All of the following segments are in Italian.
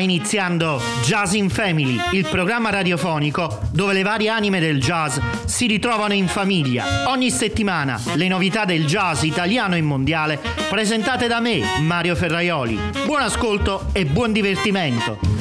iniziando Jazz in Family, il programma radiofonico dove le varie anime del jazz si ritrovano in famiglia. Ogni settimana le novità del jazz italiano e mondiale presentate da me, Mario Ferraioli. Buon ascolto e buon divertimento.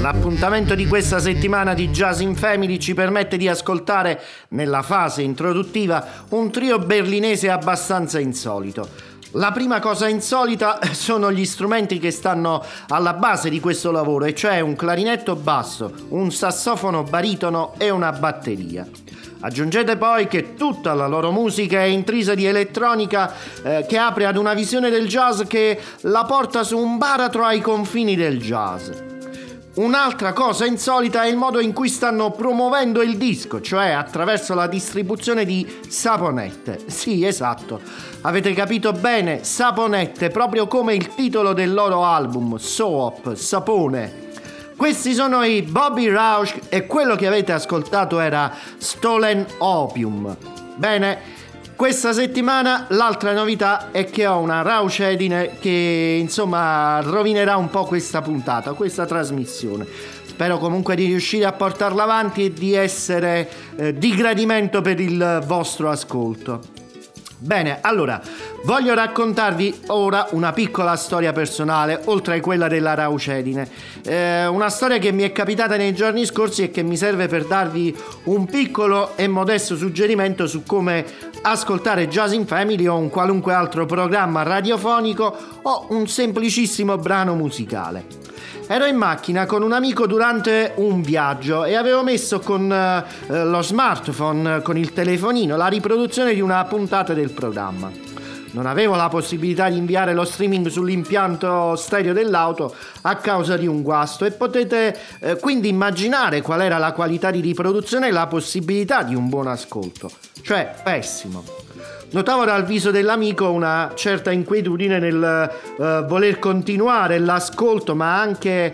L'appuntamento di questa settimana di Jazz in Family ci permette di ascoltare, nella fase introduttiva, un trio berlinese abbastanza insolito. La prima cosa insolita sono gli strumenti che stanno alla base di questo lavoro, e cioè un clarinetto basso, un sassofono baritono e una batteria. Aggiungete poi che tutta la loro musica è intrisa di elettronica che apre ad una visione del jazz che la porta su un baratro ai confini del jazz. Un'altra cosa insolita è il modo in cui stanno promuovendo il disco, cioè attraverso la distribuzione di saponette. Sì, esatto, avete capito bene, saponette, proprio come il titolo del loro album, Soap, sapone. Questi sono i Bobby Rausch e quello che avete ascoltato era Stolen Opium. Bene, questa settimana l'altra novità è che ho una Rauschedine che insomma rovinerà un po' questa puntata, questa trasmissione. Spero comunque di riuscire a portarla avanti e di essere di gradimento per il vostro ascolto. Bene, allora, voglio raccontarvi ora una piccola storia personale, oltre a quella della Rauschedine. Una storia che mi è capitata nei giorni scorsi e che mi serve per darvi un piccolo e modesto suggerimento su come ascoltare Jazz in Family o un qualunque altro programma radiofonico o un semplicissimo brano musicale. Ero in macchina con un amico durante un viaggio e avevo messo con lo smartphone, con il telefonino, la riproduzione di una puntata del programma. Non avevo la possibilità di inviare lo streaming sull'impianto stereo dell'auto a causa di un guasto e potete quindi immaginare qual era la qualità di riproduzione e la possibilità di un buon ascolto. Cioè, pessimo. Notavo dal viso dell'amico una certa inquietudine nel voler continuare l'ascolto, ma anche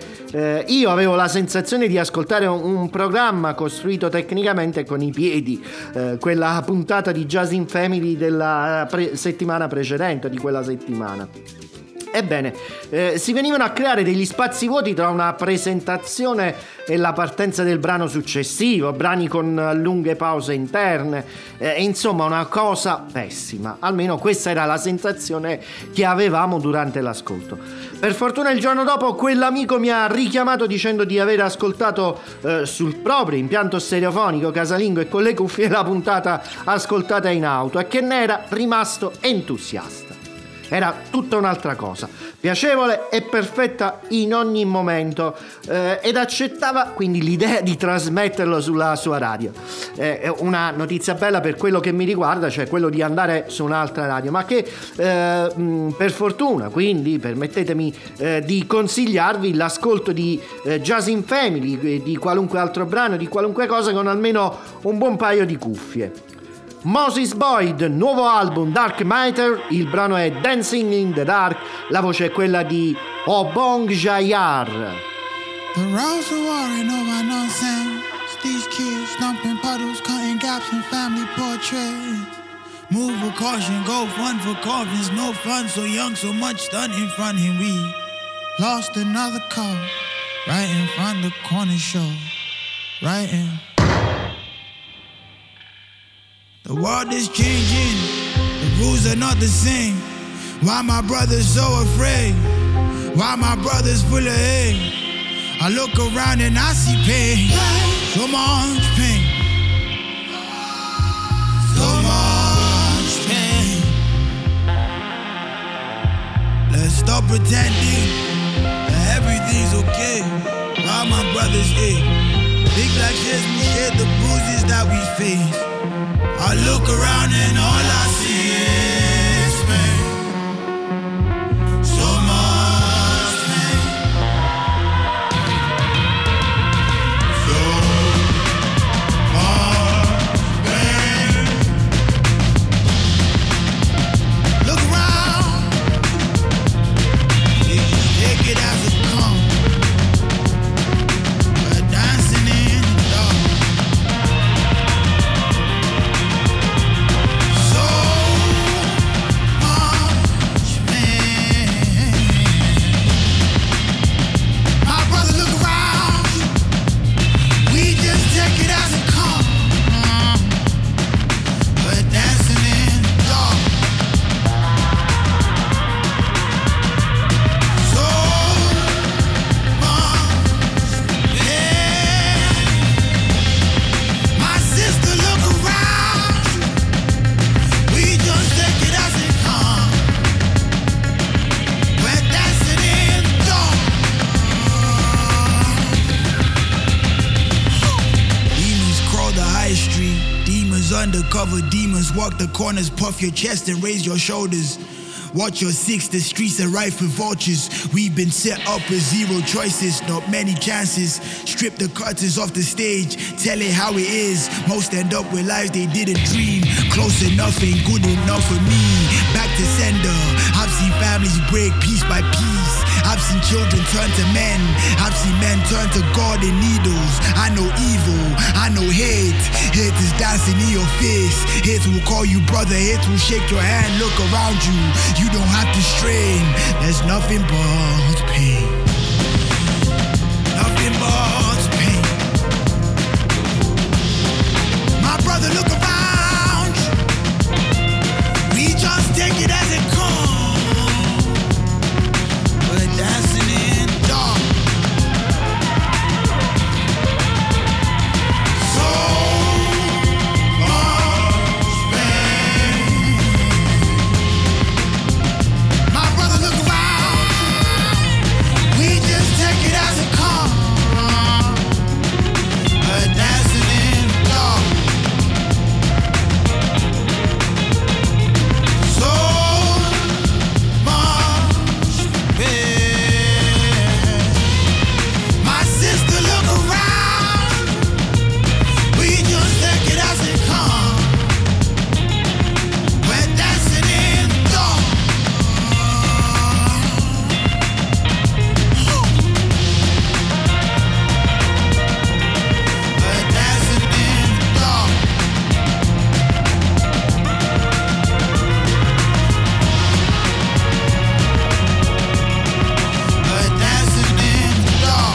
io avevo la sensazione di ascoltare un programma costruito tecnicamente con i piedi, quella puntata di Jazz in Family della settimana precedente, di quella settimana. Ebbene, si venivano a creare degli spazi vuoti tra una presentazione e la partenza del brano successivo, brani con lunghe pause interne, insomma una cosa pessima. Almeno questa era la sensazione che avevamo durante l'ascolto. Per fortuna il giorno dopo quell'amico mi ha richiamato dicendo di aver ascoltato sul proprio impianto stereofonico casalingo e con le cuffie la puntata ascoltata in auto e che ne era rimasto entusiasta. Era tutta un'altra cosa, piacevole e perfetta in ogni momento, ed accettava quindi l'idea di trasmetterlo sulla sua radio. Una notizia bella per quello che mi riguarda, cioè quello di andare su un'altra radio, ma che per fortuna, quindi permettetemi di consigliarvi l'ascolto di Jazz in Family, di qualunque altro brano, di qualunque cosa, con almeno un buon paio di cuffie. Moses Boyd, nuovo album Dark Matter, il brano è Dancing in the Dark, la voce è quella di Obong Jayar. The roads are worrying over nonsense. These kids dumping puddles, cutting gaps in family portraits. Move with caution, go fun for coffins, no fun, so young, so much done in front of him. We lost another car, right in front of the corner show, right in. The world is changing, the rules are not the same. Why my brothers so afraid? Why my brothers full of hate? I look around and I see pain, so much pain, so much pain. Let's stop pretending that everything's okay. Why my brothers hate? Big black chairs, we share the bruises that we face. I look around and all I see is pain. So much pain. So much pain. Look around. You just take it as it comes. We're dancing in the dark. So undercover demons walk the corners, puff your chest and raise your shoulders. Watch your six, the streets are rife with vultures. We've been set up with zero choices, not many chances. Strip the curtains off the stage, tell it how it is. Most end up with lives they didn't dream. Close enough ain't good enough for me. Back to sender, I've seen families break piece by piece. I've seen children turn to men, I've seen men turn to God and needles. I know evil, I know hate. Hate is dancing in your face. Hate will call you brother, hate will shake your hand, look around you. You don't have to strain, there's nothing but pain. Nothing but pain. My brother, look around. We just take it as it comes. We're dancing in the dark. So much pain. My brother, look around. We just take it as it comes. We're dancing in the dark. So much pain. My sister, look around. We just take it as it comes. We're dancing in the dark. We're dancing in the dark. We're dancing in the dark.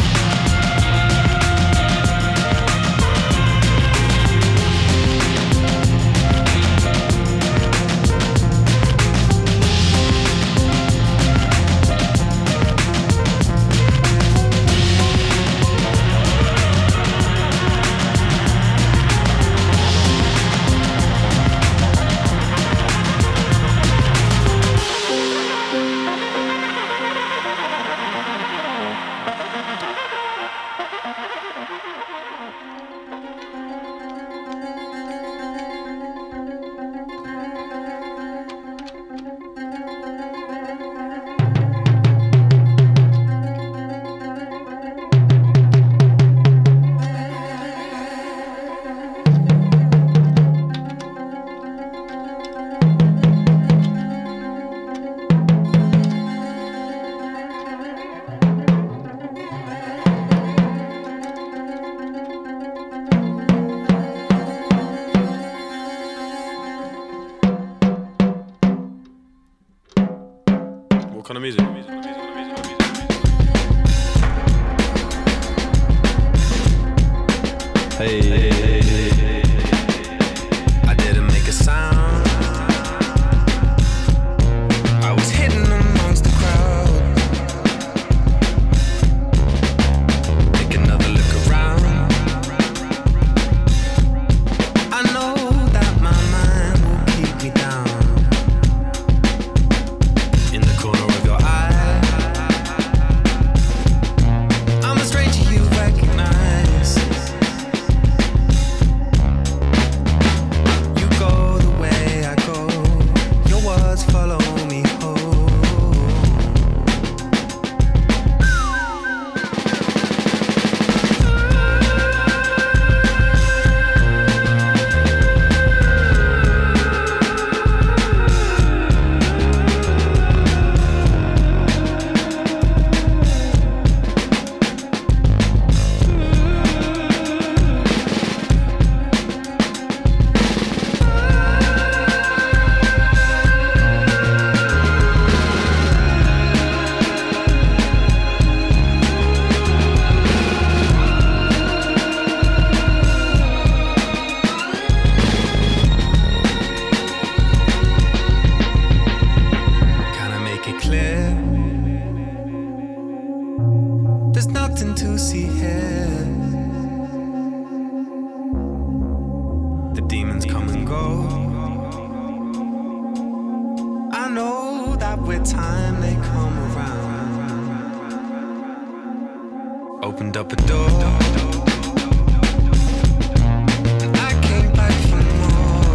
What kind of music? Hey, I didn't make a sound. I was hidden amongst the crowd. Take another look around. I know that my mind will keep me down. In the corner of your eye, I'm a stranger you recognize. You go the way I go, your words follow me home. Can I make it clear? There's nothing to see here. The demons come and go. I know that with time they come around. Opened up a door. And I came back for more.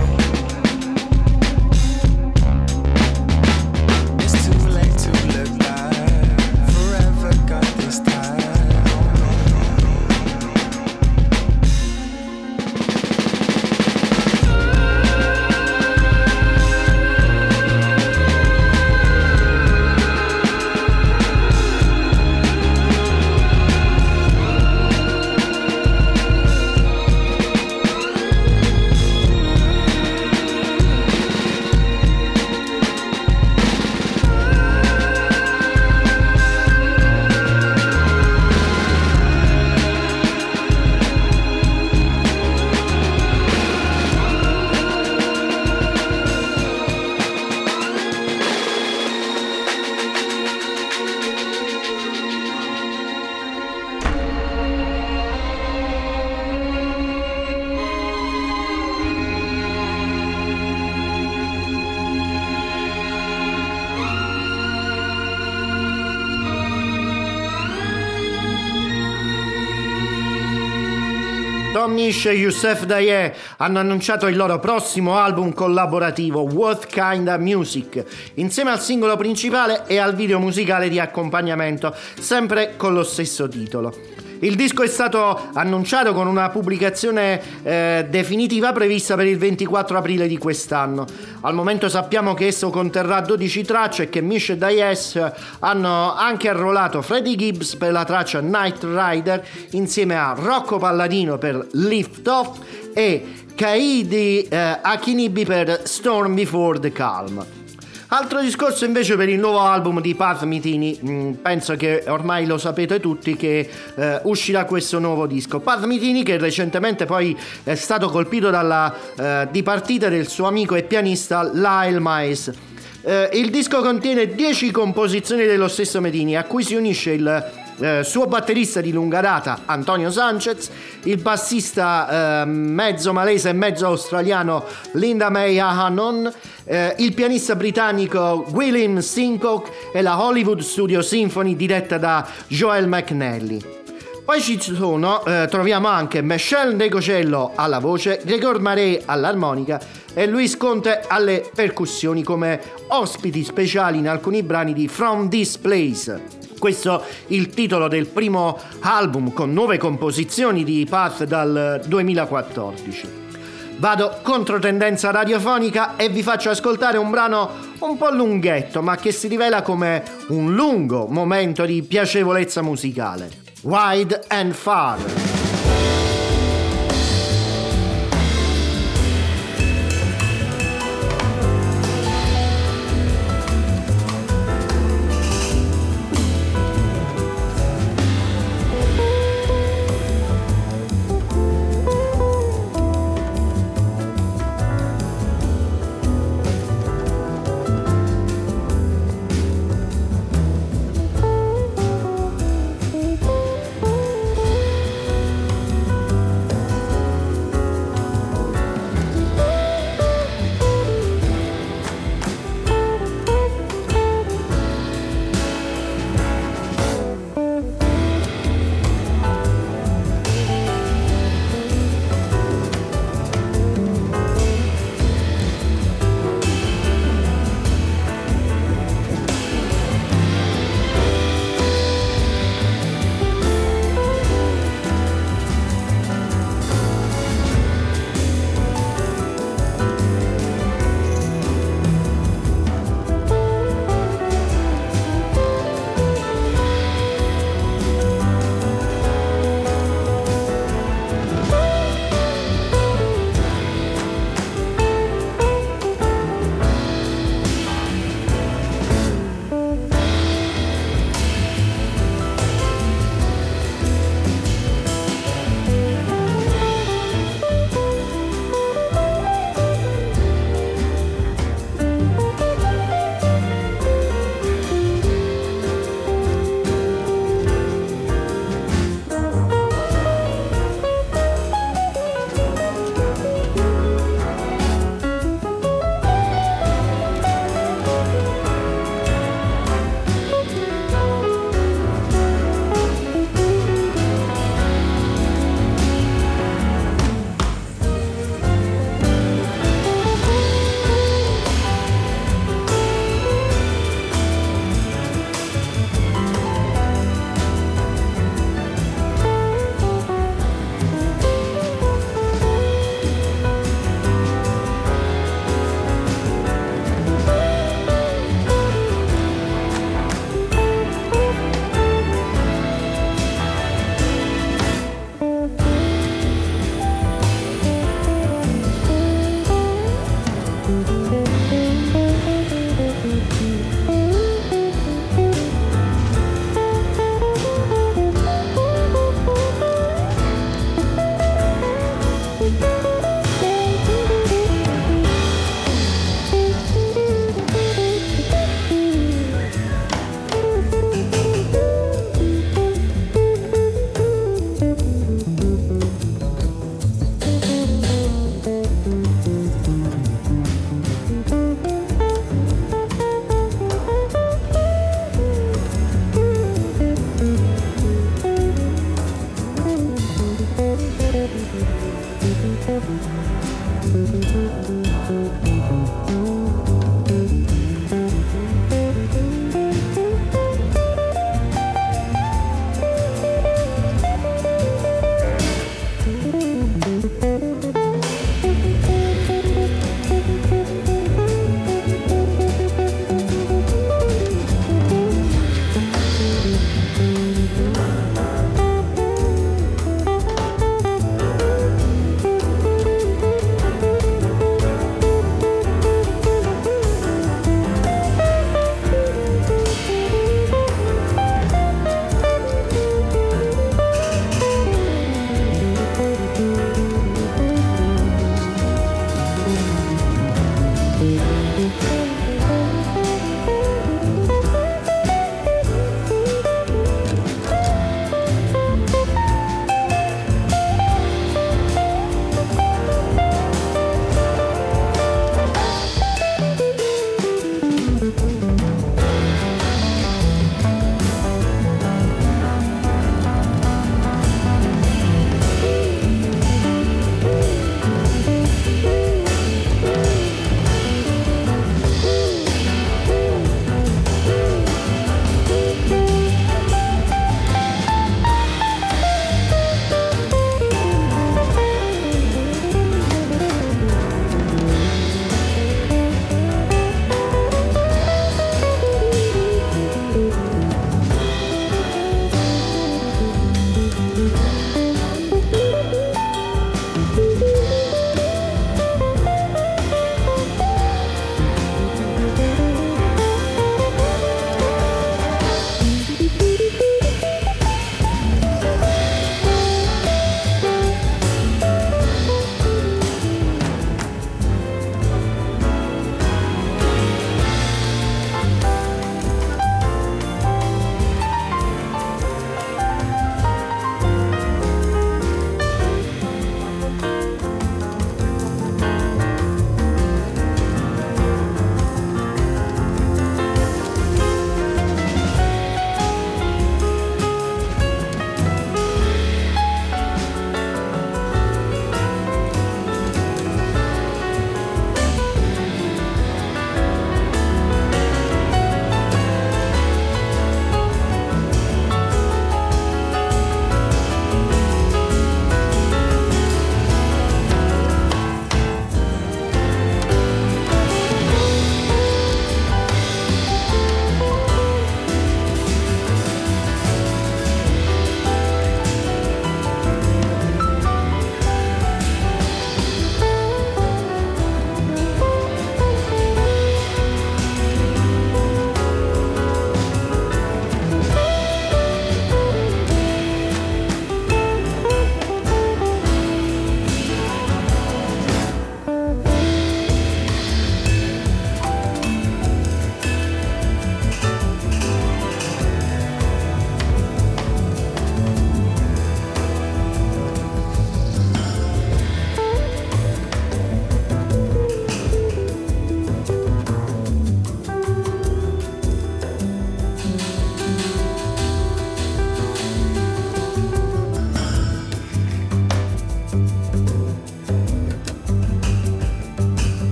Tom Misch e Youssef Daye hanno annunciato il loro prossimo album collaborativo What Kinda Music, insieme al singolo principale e al video musicale di accompagnamento, sempre con lo stesso titolo. Il disco è stato annunciato con una pubblicazione definitiva prevista per il 24 aprile di quest'anno. Al momento sappiamo che esso conterrà 12 tracce e che Misch e Diaz hanno anche arruolato Freddie Gibbs per la traccia Night Rider insieme a Rocco Palladino per Lift Off e Kaidi Akinibi per Storm Before the Calm. Altro discorso invece per il nuovo album di Pat Metheny. Penso che ormai lo sapete tutti che uscirà questo nuovo disco. Pat Metheny, che recentemente poi è stato colpito dalla dipartita del suo amico e pianista Lyle Miles. Il disco contiene 10 composizioni dello stesso Metheny, a cui si unisce il suo batterista di lunga data Antonio Sanchez, il bassista mezzo malese e mezzo australiano Linda May Ahanon, il pianista britannico William Sincock e la Hollywood Studio Symphony diretta da Joel McNally. Poi troviamo anche Michel Negocello alla voce, Gregor Maré all'armonica e Luis Conte alle percussioni come ospiti speciali in alcuni brani di From This Place. Questo è il titolo del primo album con 9 composizioni di Pat dal 2014. Vado contro tendenza radiofonica e vi faccio ascoltare un brano un po' lunghetto, ma che si rivela come un lungo momento di piacevolezza musicale. Wide and Far.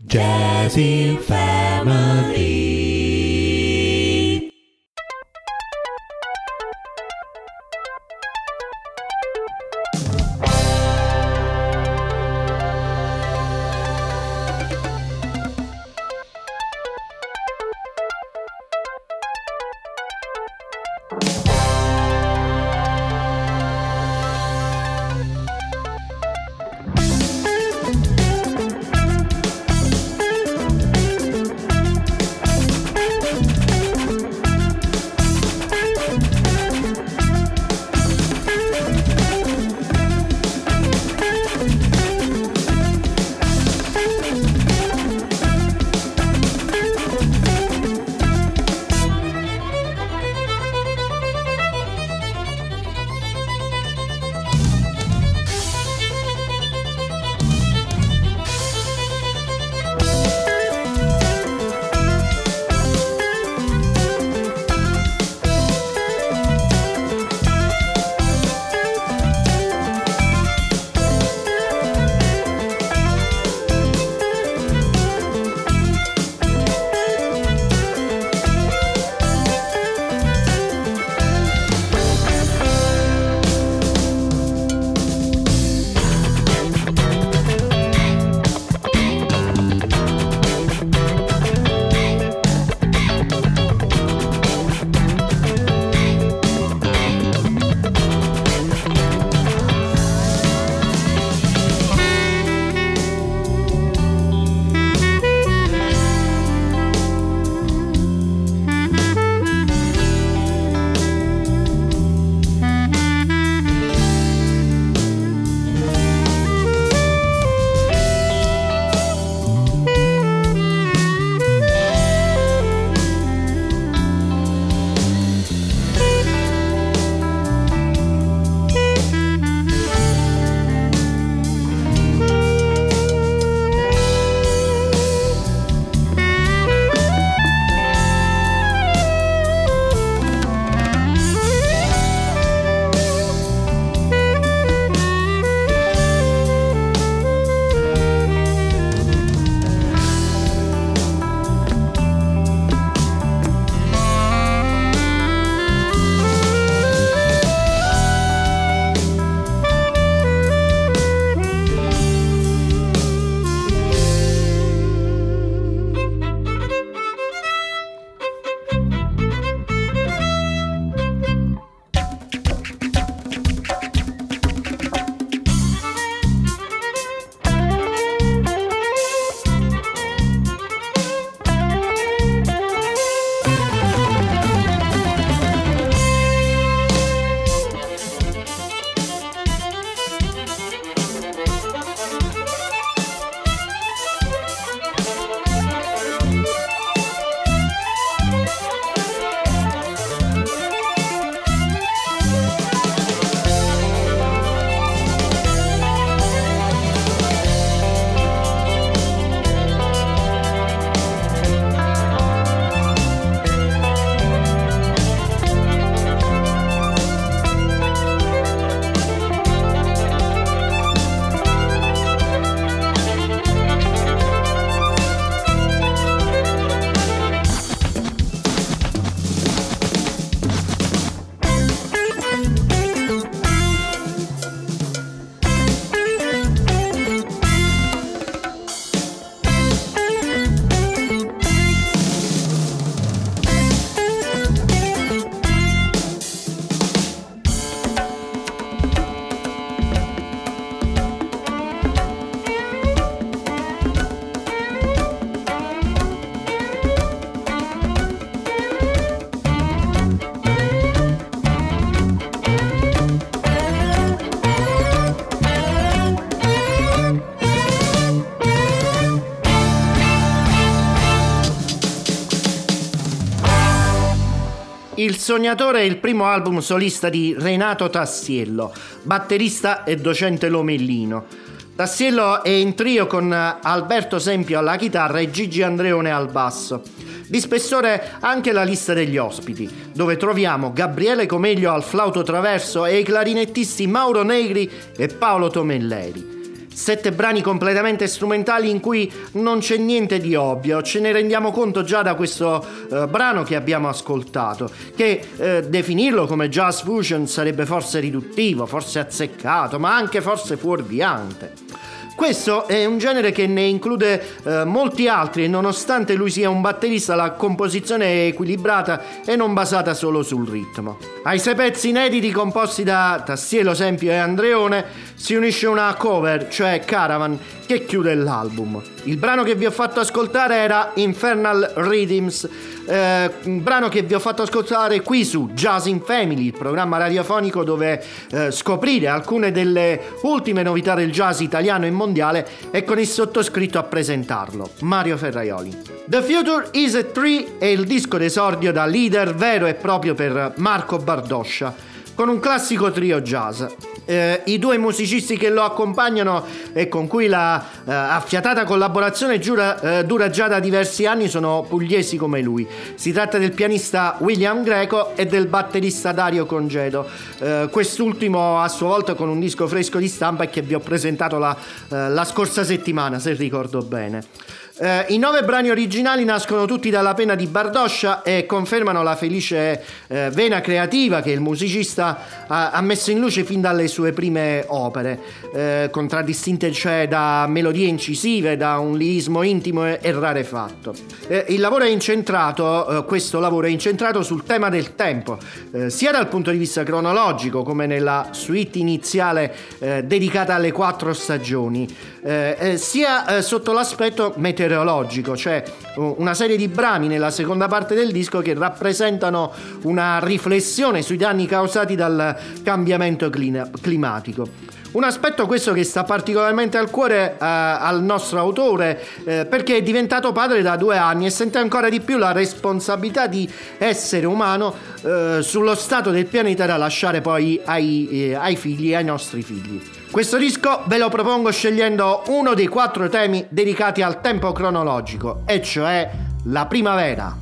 Jazzin' Family. Il Sognatore è il primo album solista di Renato Tassiello, batterista e docente lomellino. Tassiello è in trio con Alberto Sempio alla chitarra e Gigi Andreone al basso. Di spessore anche la lista degli ospiti, dove troviamo Gabriele Comeglio al flauto traverso e i clarinettisti Mauro Negri e Paolo Tomelleri. 7 brani completamente strumentali in cui non c'è niente di ovvio. Ce ne rendiamo conto già da questo brano che abbiamo ascoltato, che definirlo come jazz fusion sarebbe forse riduttivo, forse azzeccato, ma anche forse fuorviante. Questo è un genere che ne include molti altri, e nonostante lui sia un batterista, la composizione è equilibrata e non basata solo sul ritmo. Ai 6 pezzi inediti composti da Tastielo, Sempio e Andreone si unisce una cover, cioè Caravan, che chiude l'album. Il brano che vi ho fatto ascoltare era Infernal Rhythms, un brano che vi ho fatto ascoltare qui su Jazz in Family, il programma radiofonico dove scoprire alcune delle ultime novità del jazz italiano e mondiale, e con il sottoscritto a presentarlo, Mario Ferraioli. The Future is a Tree è il disco d'esordio da leader vero e proprio per Marco Bardoscia, con un classico trio jazz. I 2 musicisti che lo accompagnano e con cui la affiatata collaborazione dura già da diversi anni sono pugliesi come lui. Si tratta del pianista William Greco e del batterista Dario Congedo, quest'ultimo a sua volta con un disco fresco di stampa e che vi ho presentato la scorsa settimana, se ricordo bene. I 9 brani originali nascono tutti dalla penna di Bardoscia e confermano la felice vena creativa che il musicista ha messo in luce fin dalle sue prime opere, contraddistinte cioè da melodie incisive, da un lirismo intimo e rarefatto. Il lavoro è incentrato, questo lavoro è incentrato sul tema del tempo, sia dal punto di vista cronologico, come nella suite iniziale dedicata alle 4 stagioni, sia sotto l'aspetto meteorologico, cioè una serie di brani nella seconda parte del disco che rappresentano una riflessione sui danni causati dal cambiamento climatico. Un aspetto questo che sta particolarmente al cuore al nostro autore, perché è diventato padre da 2 anni e sente ancora di più la responsabilità di essere umano sullo stato del pianeta da lasciare poi ai figli, ai nostri figli. Questo disco ve lo propongo scegliendo uno dei 4 temi dedicati al tempo cronologico, e cioè la primavera.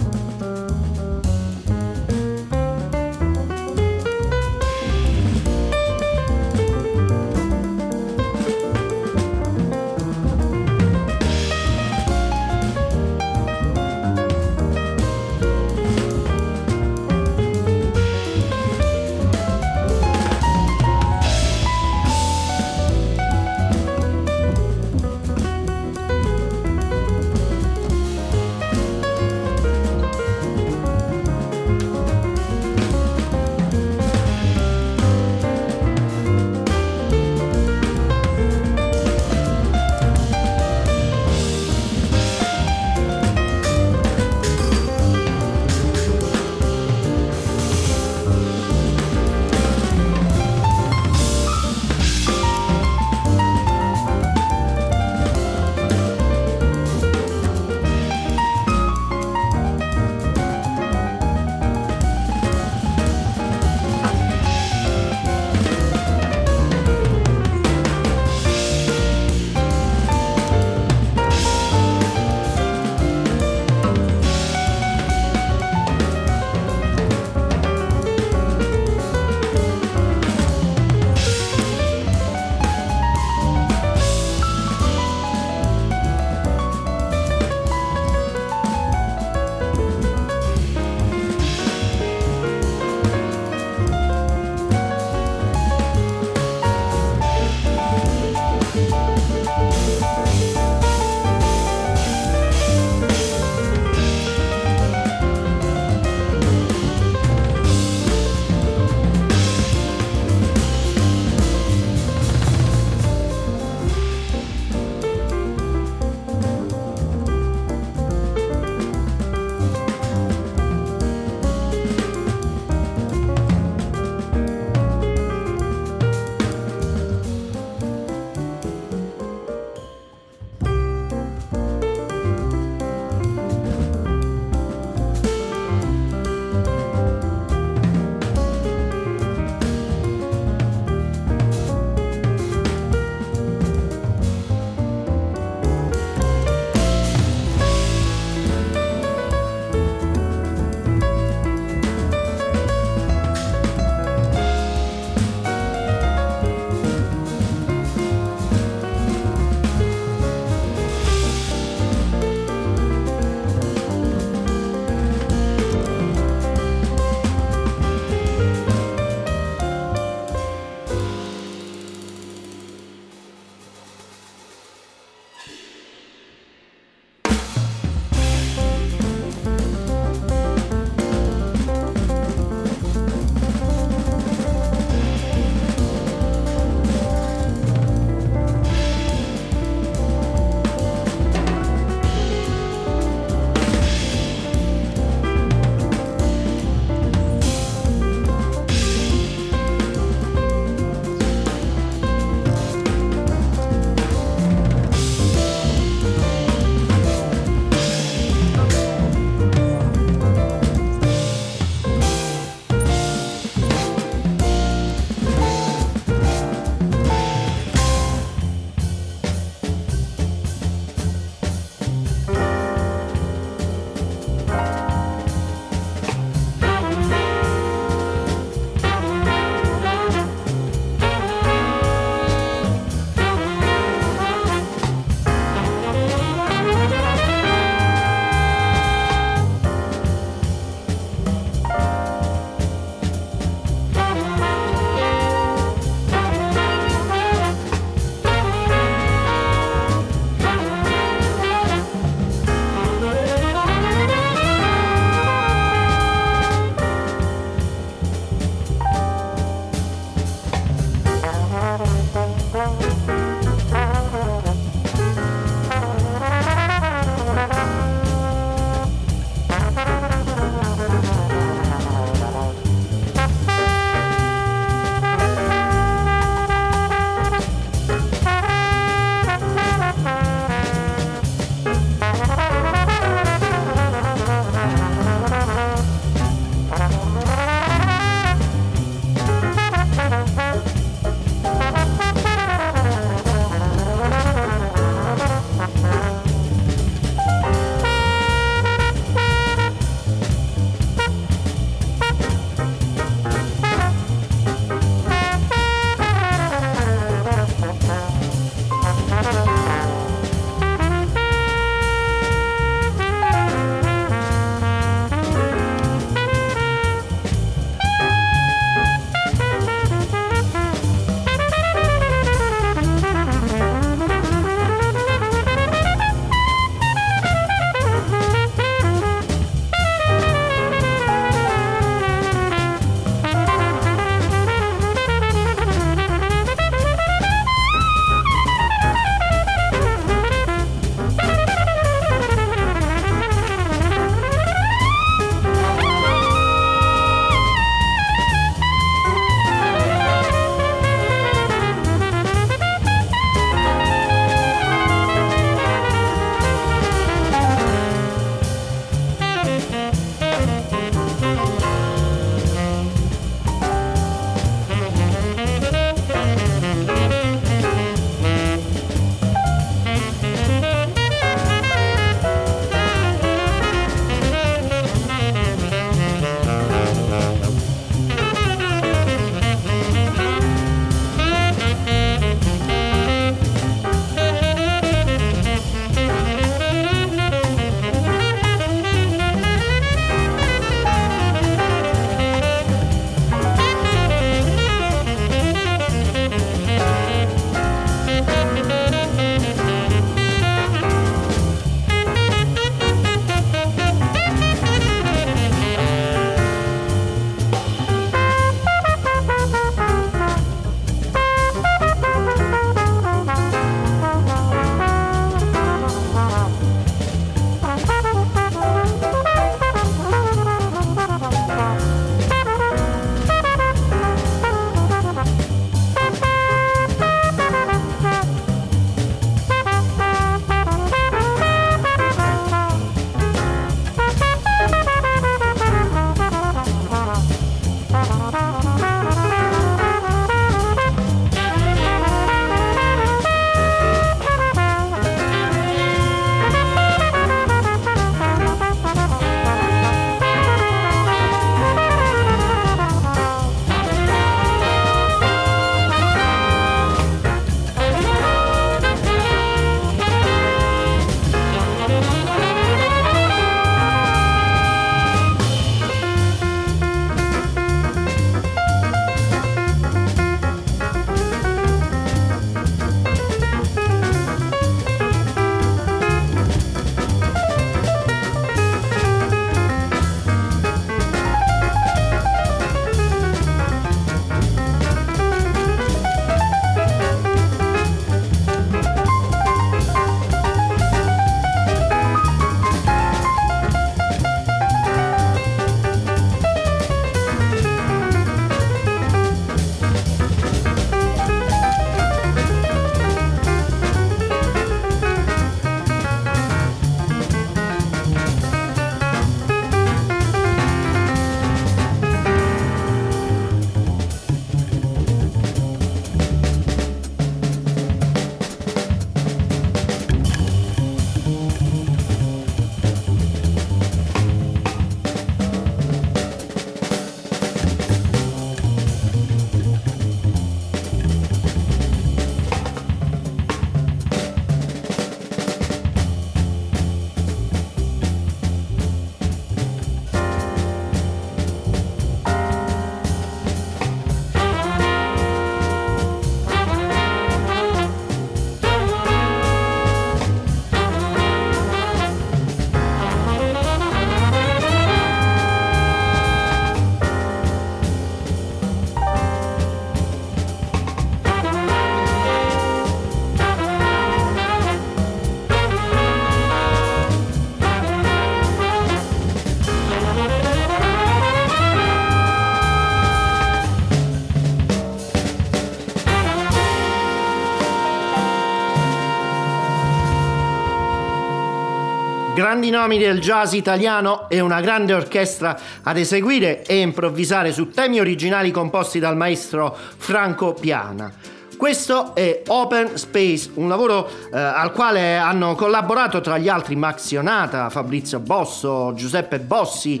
grandi nomi del jazz italiano e una grande orchestra ad eseguire e improvvisare su temi originali composti dal maestro Franco Piana. Questo è Open Space, un lavoro al quale hanno collaborato tra gli altri Max Ionata, Fabrizio Bosso, Giuseppe Bassi,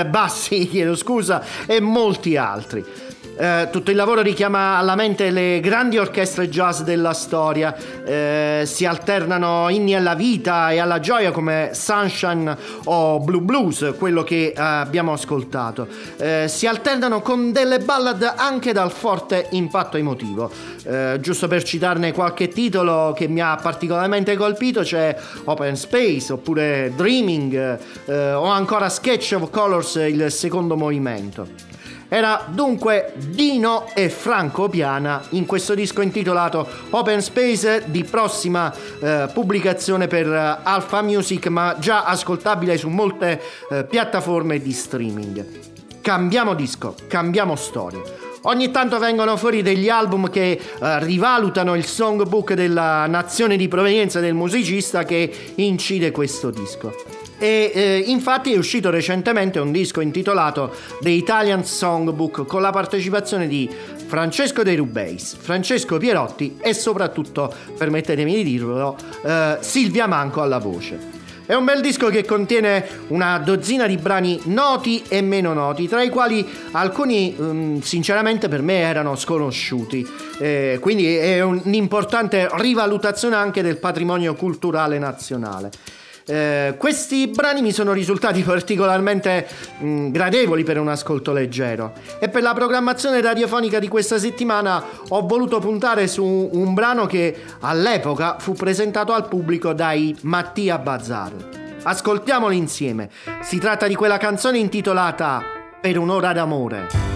e molti altri. Tutto il lavoro richiama alla mente le grandi orchestre jazz della storia, si alternano inni alla vita e alla gioia come Sunshine o Blue Blues, quello che abbiamo ascoltato, si alternano con delle ballad anche dal forte impatto emotivo. Giusto per citarne qualche titolo che mi ha particolarmente colpito, c'è Open Space oppure Dreaming o ancora Sketch of Colors, il secondo movimento. Era dunque Dino e Franco Piana in questo disco intitolato Open Space, di prossima pubblicazione per Alpha Music, ma già ascoltabile su molte piattaforme di streaming. Cambiamo disco, cambiamo storia. Ogni tanto vengono fuori degli album che rivalutano il songbook della nazione di provenienza del musicista che incide questo disco. E infatti è uscito recentemente un disco intitolato The Italian Songbook con la partecipazione di Francesco De Rubeis, Francesco Pierotti e soprattutto, permettetemi di dirvelo, Silvia Manco alla voce. È un bel disco che contiene una dozzina di brani noti e meno noti, tra i quali alcuni sinceramente per me erano sconosciuti, quindi è un'importante rivalutazione anche del patrimonio culturale nazionale. Questi brani mi sono risultati particolarmente gradevoli per un ascolto leggero, e per la programmazione radiofonica di questa settimana ho voluto puntare su un brano che all'epoca fu presentato al pubblico dai Mattia Bazar. Ascoltiamolo insieme. Si tratta di quella canzone intitolata Per un'ora d'amore.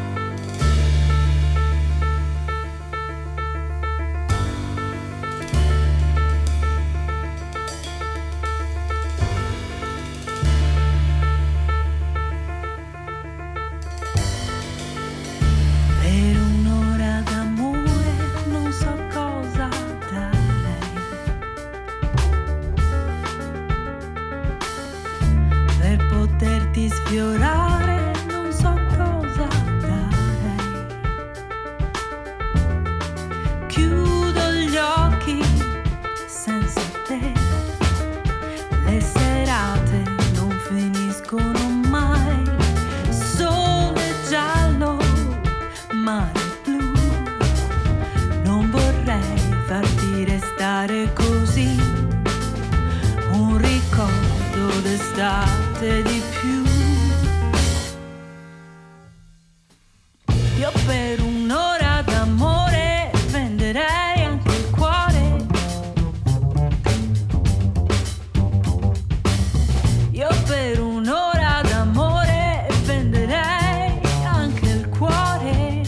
Sfiorare non so cosa dare. Chiudo gli occhi senza te. Le serate non finiscono mai. Sole giallo, mare blu. Non vorrei farti restare così. Un ricordo d'estate di più. Io per un'ora d'amore venderei anche il cuore. Io per un'ora d'amore venderei anche il cuore.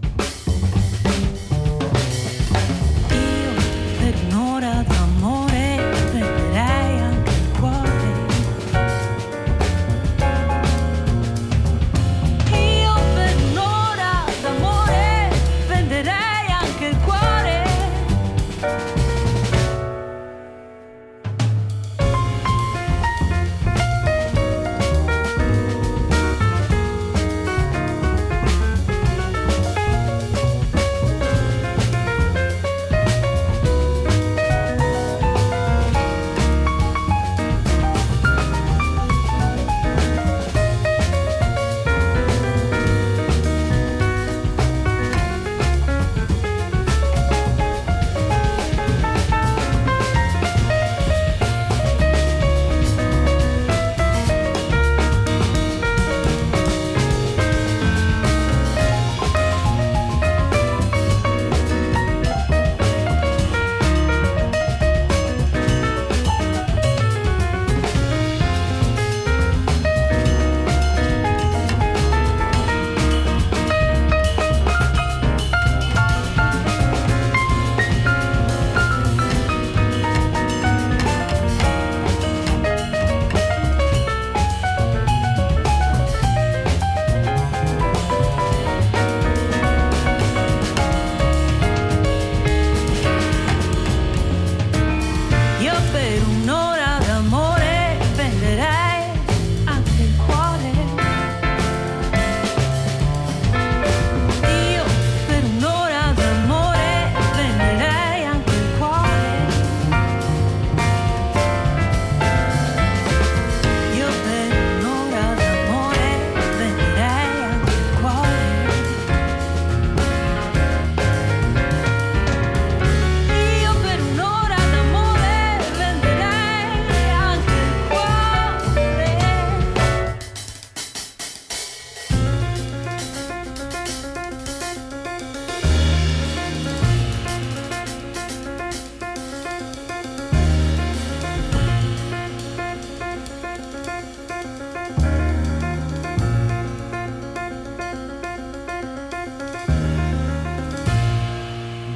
Io per un'ora d'amore venderei anche il cuore.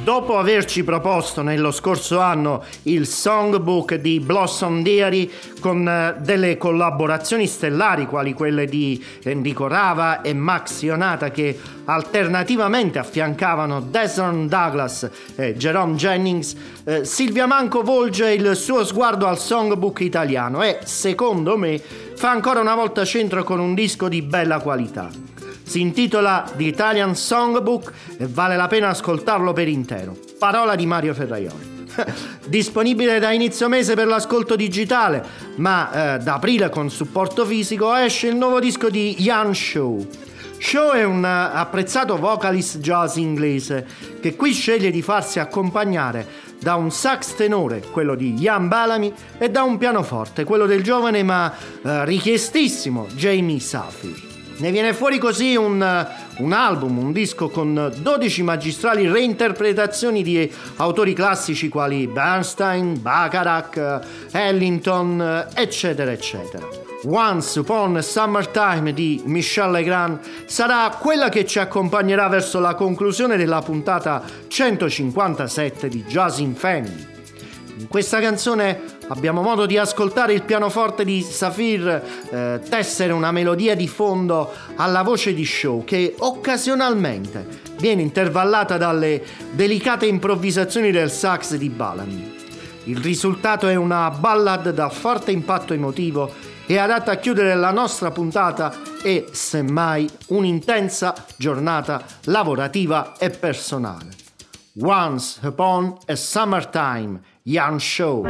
dopo averci proposto nello scorso anno il songbook di Blossom Dearie con delle collaborazioni stellari quali quelle di Enrico Rava e Max Ionata, che alternativamente affiancavano Desmond Douglas e Jerome Jennings, Silvia Manco volge il suo sguardo al songbook italiano e, secondo me, fa ancora una volta centro con un disco di bella qualità. Si intitola The Italian Songbook e vale la pena ascoltarlo per intero. Parola di Mario Ferraioli. Disponibile da inizio mese per l'ascolto digitale, ma da aprile con supporto fisico esce il nuovo disco di Ian Shaw. Shaw è un apprezzato vocalist jazz inglese che qui sceglie di farsi accompagnare da un sax tenore, quello di Ian Bellamy, e da un pianoforte, quello del giovane ma richiestissimo Jamie Safir. Ne viene fuori così un album, un disco con 12 magistrali reinterpretazioni di autori classici quali Bernstein, Bacharach, Ellington, eccetera eccetera. Once Upon a Summertime di Michel Legrand sarà quella che ci accompagnerà verso la conclusione della puntata 157 di Jazz in Family. In questa canzone abbiamo modo di ascoltare il pianoforte di Safir tessere una melodia di fondo alla voce di Shaw, che occasionalmente viene intervallata dalle delicate improvvisazioni del sax di Bellamy. Il risultato è una ballad da forte impatto emotivo e adatta a chiudere la nostra puntata e, semmai, un'intensa giornata lavorativa e personale. Once Upon a Summertime, Ian Shaw.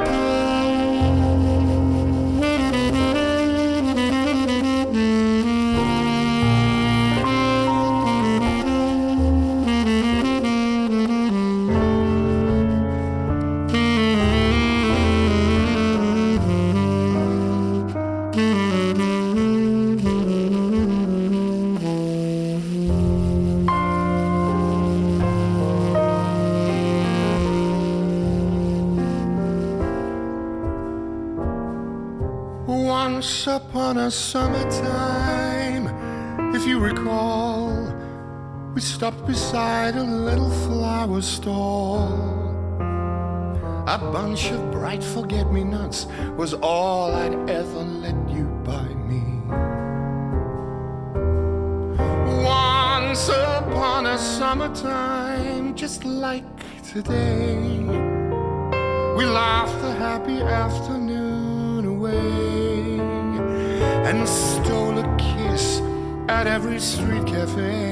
Once upon a summertime, if you recall, we stopped beside a little flower stall. A bunch of bright forget-me-nots was all I'd ever let you buy me. Once upon a summertime, just like today, we laughed the happy afternoon away and stole a kiss at every street cafe.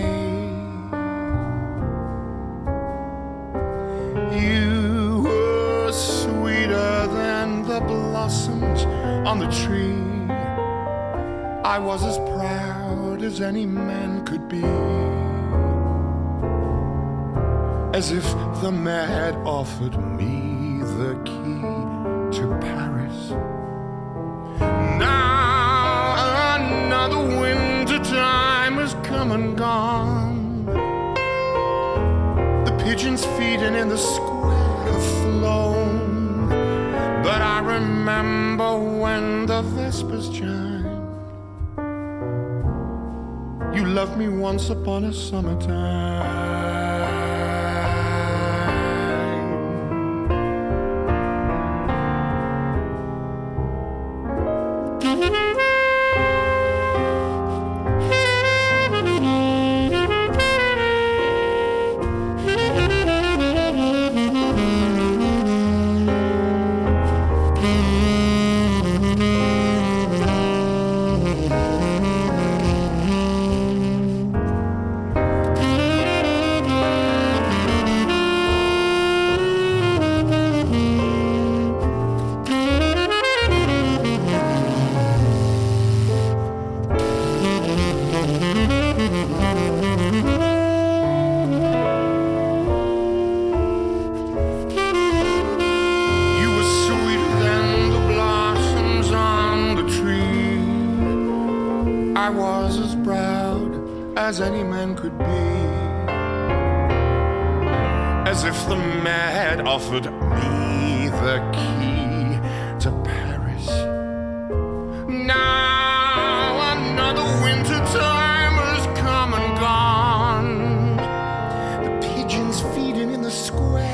You were sweeter than the blossoms on the tree. I was as proud as any man could be, as if the man had offered me the key to Paris. Now another winter time has come and gone. The pigeons feeding in the square have flown, but I remember when the vespers chimed. You loved me once upon a summertime. As any man could be, as if the man had offered me the key to Paris. Now another winter time has come and gone. The pigeons feeding in the square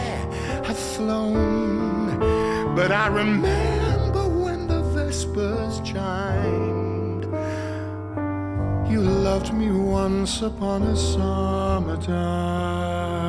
whispers chimed. You loved me once upon a summertime.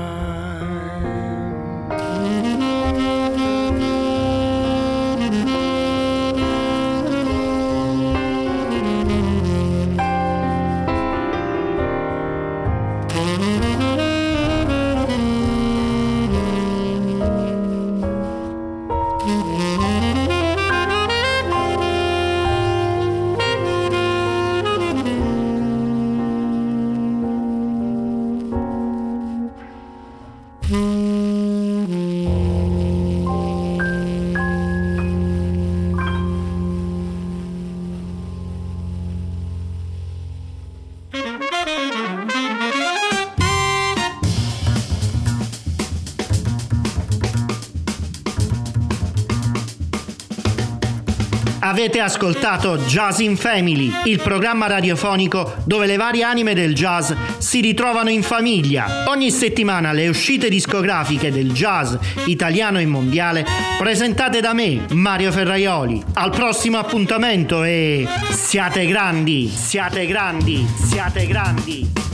Avete ascoltato Jazz in Family, il programma radiofonico dove le varie anime del jazz si ritrovano in famiglia. Ogni settimana le uscite discografiche del jazz italiano e mondiale presentate da me, Mario Ferraioli. Al prossimo appuntamento e siate grandi, siate grandi, siate grandi.